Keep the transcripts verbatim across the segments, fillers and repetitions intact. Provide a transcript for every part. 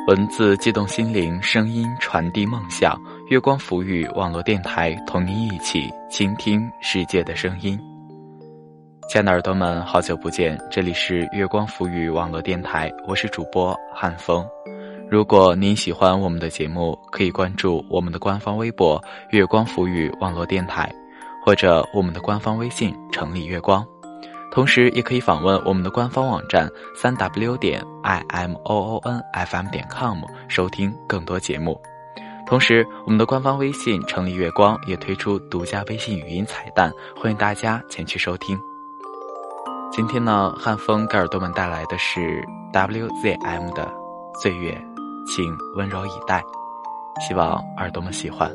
文字激动心灵，声音传递梦想。月光浮语网络电台，同您一起倾听世界的声音。亲爱的耳朵们，好久不见，这里是月光浮语网络电台，我是主播汉风。如果您喜欢我们的节目，可以关注我们的官方微博月光浮语网络电台，或者我们的官方微信城里月光。同时也可以访问我们的官方网站 三 w 点 i m o o n f m 点 com 收听更多节目。同时我们的官方微信城里月光也推出独家微信语音彩蛋，欢迎大家前去收听。今天呢，汉风给耳朵们带来的是 W Z M 的岁月，请温柔以待，希望耳朵们喜欢。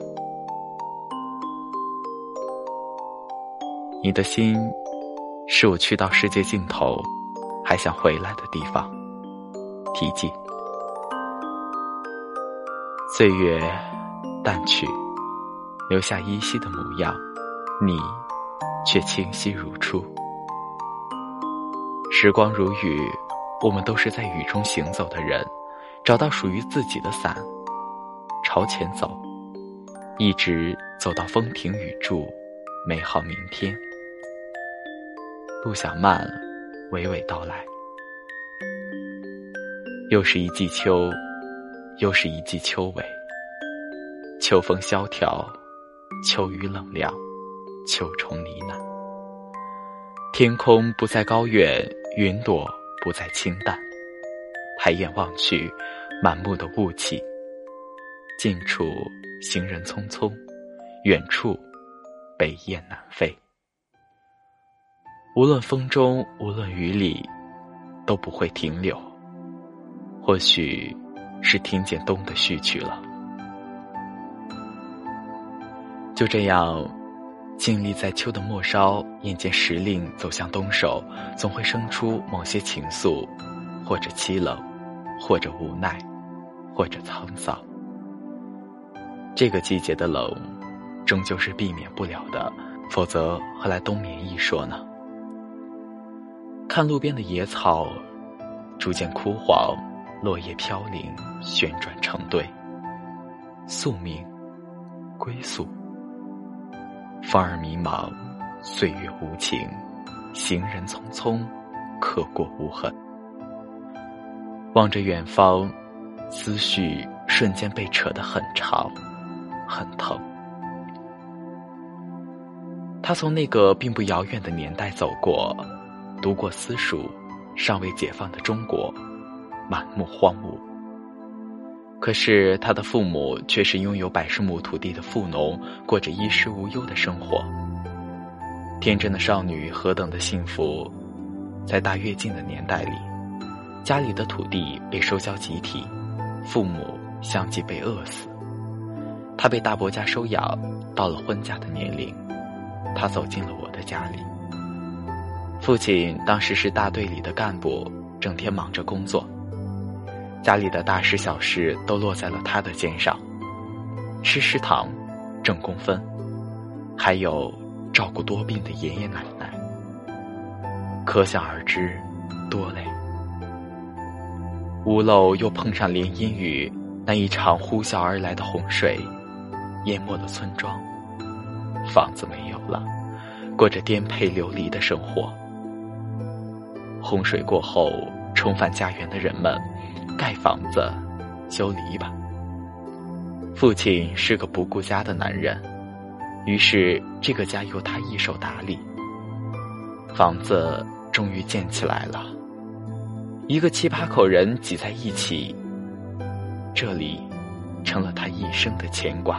你的心是我去到世界尽头还想回来的地方。题记。岁月淡去，留下依稀的模样，你却清晰如初。时光如雨，我们都是在雨中行走的人，找到属于自己的伞，朝前走，一直走到风停雨住，美好明天。路小慢，娓娓道来。又是一季秋，又是一季秋尾，秋风萧条，秋雨冷凉，秋虫呢喃。天空不再高远，云朵不再清淡，抬眼望去，满目的雾气。近处行人匆匆，远处北雁南飞。无论风中，无论雨里，都不会停留。或许是听见冬的序曲了。就这样经历在秋的末梢，眼见时令走向冬首，总会生出某些情愫，或者凄冷，或者无奈，或者沧桑。这个季节的冷终究是避免不了的，否则何来冬眠一说呢？看路边的野草逐渐枯黄，落叶飘零，旋转成堆。宿命归宿，风儿迷茫，岁月无情，行人匆匆，刻过无痕。望着远方，思绪瞬间被扯得很长很疼。他从那个并不遥远的年代走过，读过私塾，尚未解放的中国满目荒芜。可是他的父母却是拥有百十亩土地的富农，过着衣食无忧的生活。天真的少女何等的幸福。在大跃进的年代里，家里的土地被收缴集体，父母相继被饿死。他被大伯家收养，到了婚嫁的年龄，他走进了我的家里。父亲当时是大队里的干部，整天忙着工作，家里的大事小事都落在了他的肩上，吃食堂，挣工分，还有照顾多病的爷爷奶奶，可想而知多累。屋漏又碰上连阴雨，那一场呼啸而来的洪水淹没了村庄，房子没有了，过着颠沛流离的生活。洪水过后，重返家园的人们盖房子，修篱笆。父亲是个不顾家的男人，于是这个家由他一手打理。房子终于建起来了，一个七八口人挤在一起，这里成了他一生的牵挂。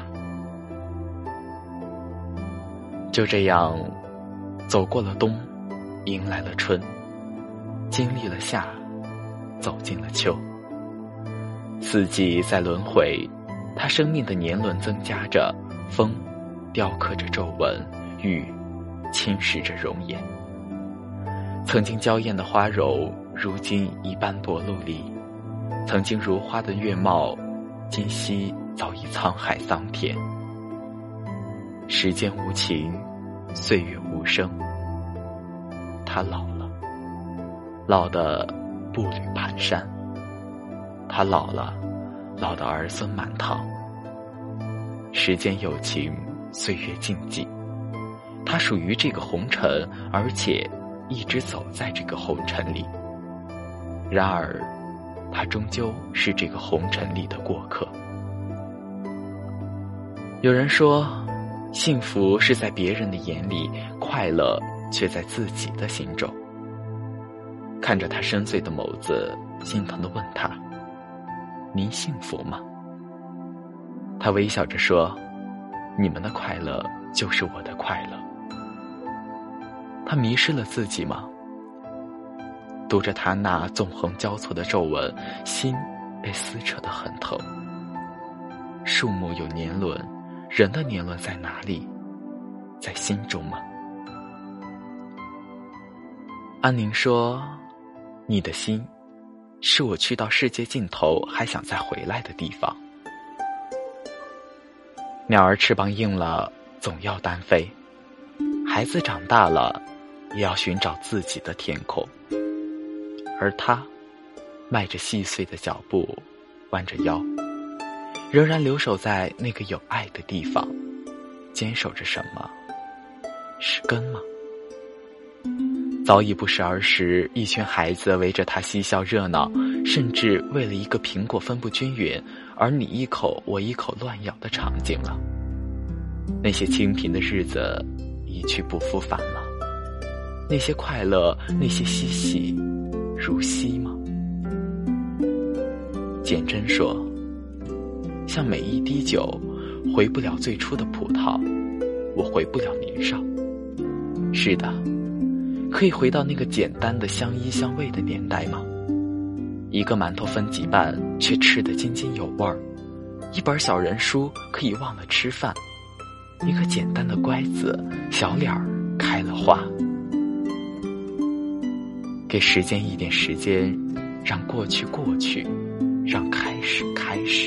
就这样走过了冬，迎来了春，经历了夏，走进了秋。四季在轮回，他生命的年轮增加着，风雕刻着皱纹，雨侵蚀着容颜。曾经娇艳的花柔，如今已斑驳陆离；曾经如花的月貌，今夕早已沧海桑田。时间无情，岁月无声，他老了，老得步履蹒跚。他老了， 老的儿孙满堂。时间有情，岁月静寂，它属于这个红尘，而且一直走在这个红尘里。然而它终究是这个红尘里的过客。有人说，幸福是在别人的眼里，快乐却在自己的心中。看着他深邃的眸子，心疼地问他，您幸福吗？他微笑着说，你们的快乐就是我的快乐。他迷失了自己吗？读着他那纵横交错的皱纹，心被撕扯得很疼。树木有年轮，人的年轮在哪里？在心中吗？安宁说，你的心是我去到世界尽头还想再回来的地方。鸟儿翅膀硬了，总要单飞；孩子长大了，也要寻找自己的天空。而他迈着细碎的脚步，弯着腰，仍然留守在那个有爱的地方，坚守着什么？是根吗？早已不是儿时一群孩子围着他嬉笑热闹，甚至为了一个苹果分不均匀而你一口我一口乱咬的场景了。那些清贫的日子一去不复返了，那些快乐，那些嬉戏，如昔吗？简真说，像每一滴酒，回不了最初的葡萄，我回不了年少。是的，可以回到那个简单的相依相偎的年代吗？一个馒头分几瓣，却吃得津津有味儿；一本小人书可以忘了吃饭；一个简单的乖子，小脸儿开了花。给时间一点时间，让过去过去，让开始开始。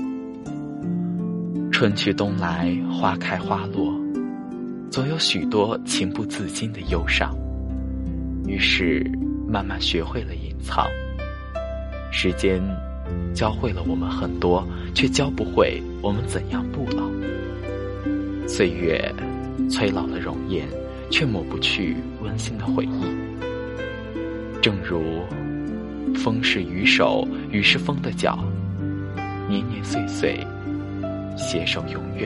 春去冬来，花开花落，总有许多情不自禁的忧伤。于是慢慢学会了隐藏。时间教会了我们很多，却教不会我们怎样不老。岁月催老了容颜，却抹不去温馨的回忆。正如风是雨手，雨是风的脚，年年岁岁携手永远。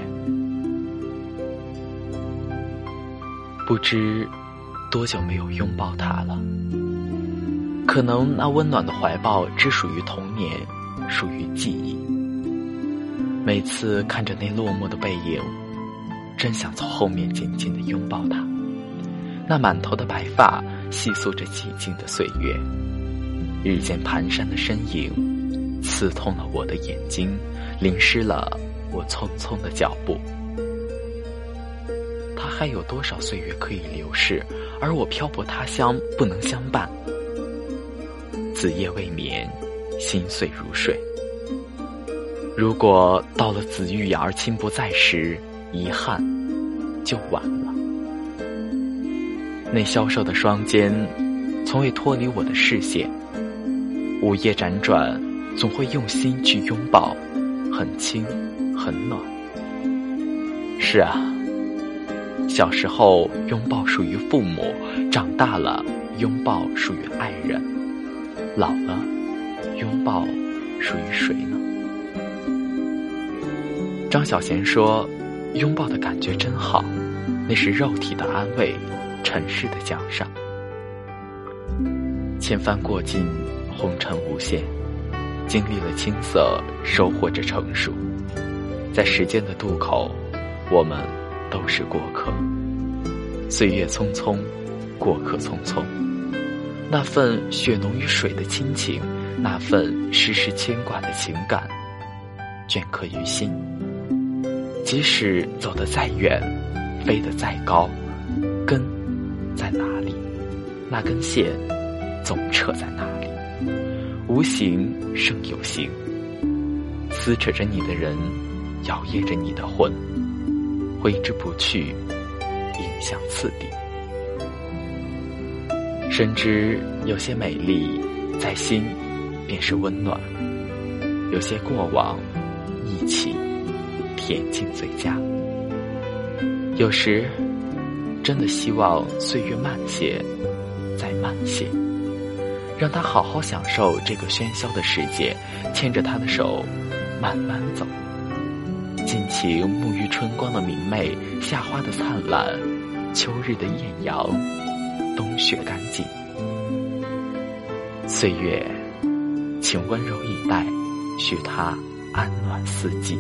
不知多久没有拥抱他了，可能那温暖的怀抱只属于童年，属于记忆。每次看着那落寞的背影，真想从后面紧紧地拥抱他。那满头的白发细诉着寂静的岁月，日渐蹒跚的身影刺痛了我的眼睛，淋湿了我匆匆的脚步。他还有多少岁月可以流逝，而我漂泊他乡不能相伴。子夜未眠，心碎如水。如果到了子欲养而亲不在时，遗憾就晚了。那消瘦的双肩从未脱离我的视线，午夜辗转，总会用心去拥抱，很轻很暖。是啊，小时候拥抱属于父母，长大了拥抱属于爱人，老了拥抱属于谁呢？张小娴说，拥抱的感觉真好，那是肉体的安慰，尘世的奖赏。千帆过尽，红尘无限，经历了青涩，收获着成熟。在时间的渡口，我们都是过客。岁月匆匆，过客匆匆。那份血浓于水的亲情，那份时时牵挂的情感，镌刻于心。即使走得再远，飞得再高，根在哪里？那根线总扯在哪里？无形胜有形，撕扯着你的人，摇曳着你的魂，挥之不去，影响次第。深知有些美丽在心便是温暖， 有些过往一起恬静最佳。有时真的希望岁月慢些，再慢些，让他好好享受这个喧嚣的世界，牵着他的手慢慢走，尽情沐浴春光的明媚，夏花的灿烂，秋日的艳阳，冬雪干净。岁月，请温柔以待，许他安暖四季。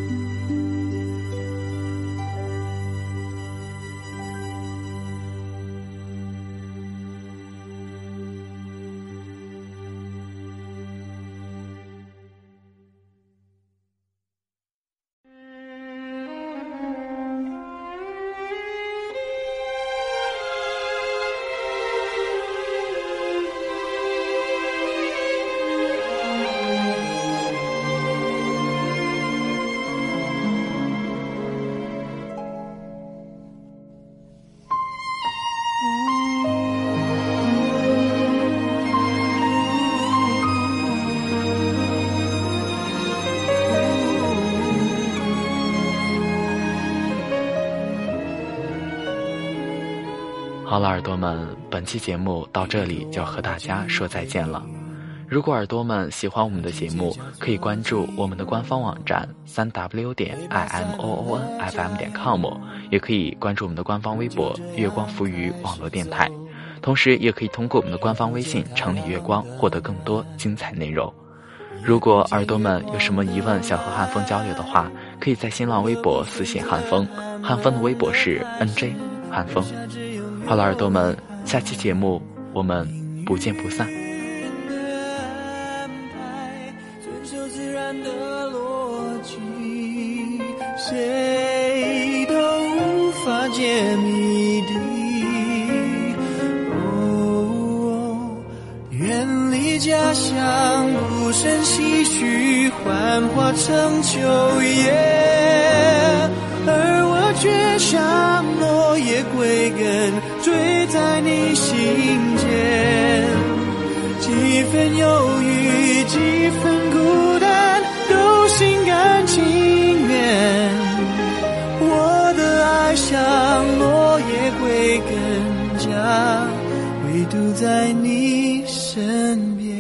好了，耳朵们，本期节目到这里就要和大家说再见了。如果耳朵们喜欢我们的节目，可以关注我们的官方网站 三 w 点 i m o o n f m 点 com， 也可以关注我们的官方微博月光浮语网络电台，同时也可以通过我们的官方微信城里月光获得更多精彩内容。如果耳朵们有什么疑问想和汉风交流的话，可以在新浪微博私信汉风，汉风的微博是 N J 汉风。好了，耳朵们，下期节目我们不见不散。 遵守自然的逻辑，谁都无法解谜底。哦，远离家乡，不胜唏嘘，幻化成秋叶，而我却像落叶归根，坠在你心间。几分忧郁，几分孤单，都心甘情愿。我的爱像落叶归根，家唯独在你身边。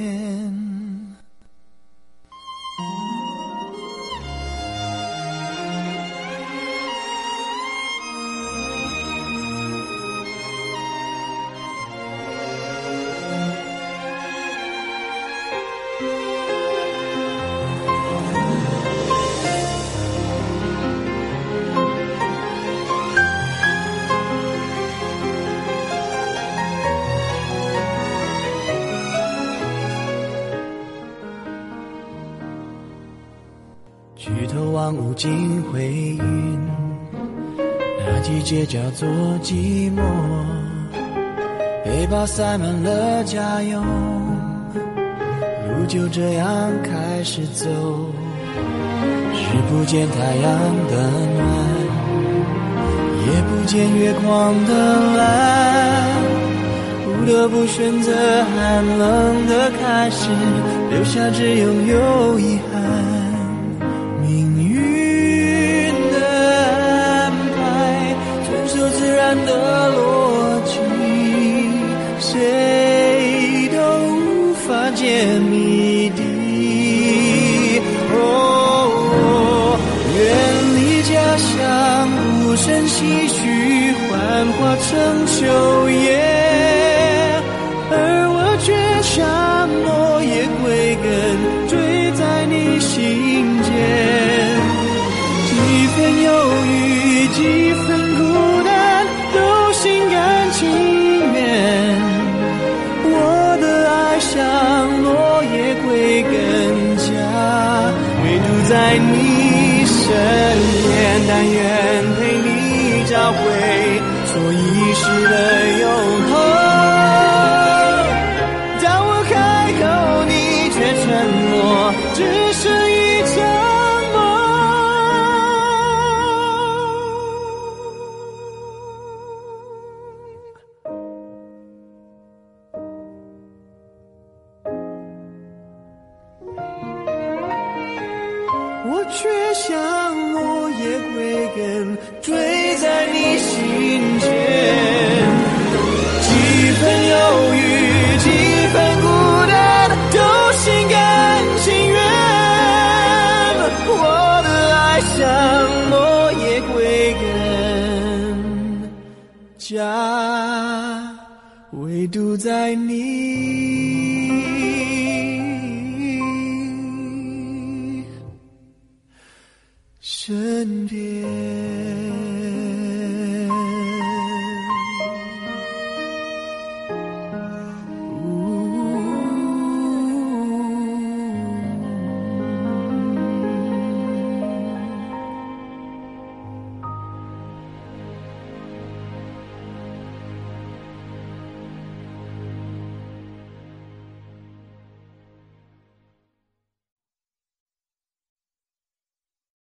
举头望无尽回云，那季节叫做寂寞，背包塞满了家用，路就这样开始走。视不见太阳的暖，也不见月光的蓝，不得不选择寒冷的开始，留下只拥有遗憾。命运的安排，遵守自然的逻辑，谁都无法解谜底。哦，远离家乡，不胜唏嘘，幻化成秋叶，而我却像落叶归根，坠在你心间。 却像落叶归根，坠在你心间。几分忧郁，几分孤单，都心甘情愿。我的爱像落叶归根，家唯独在你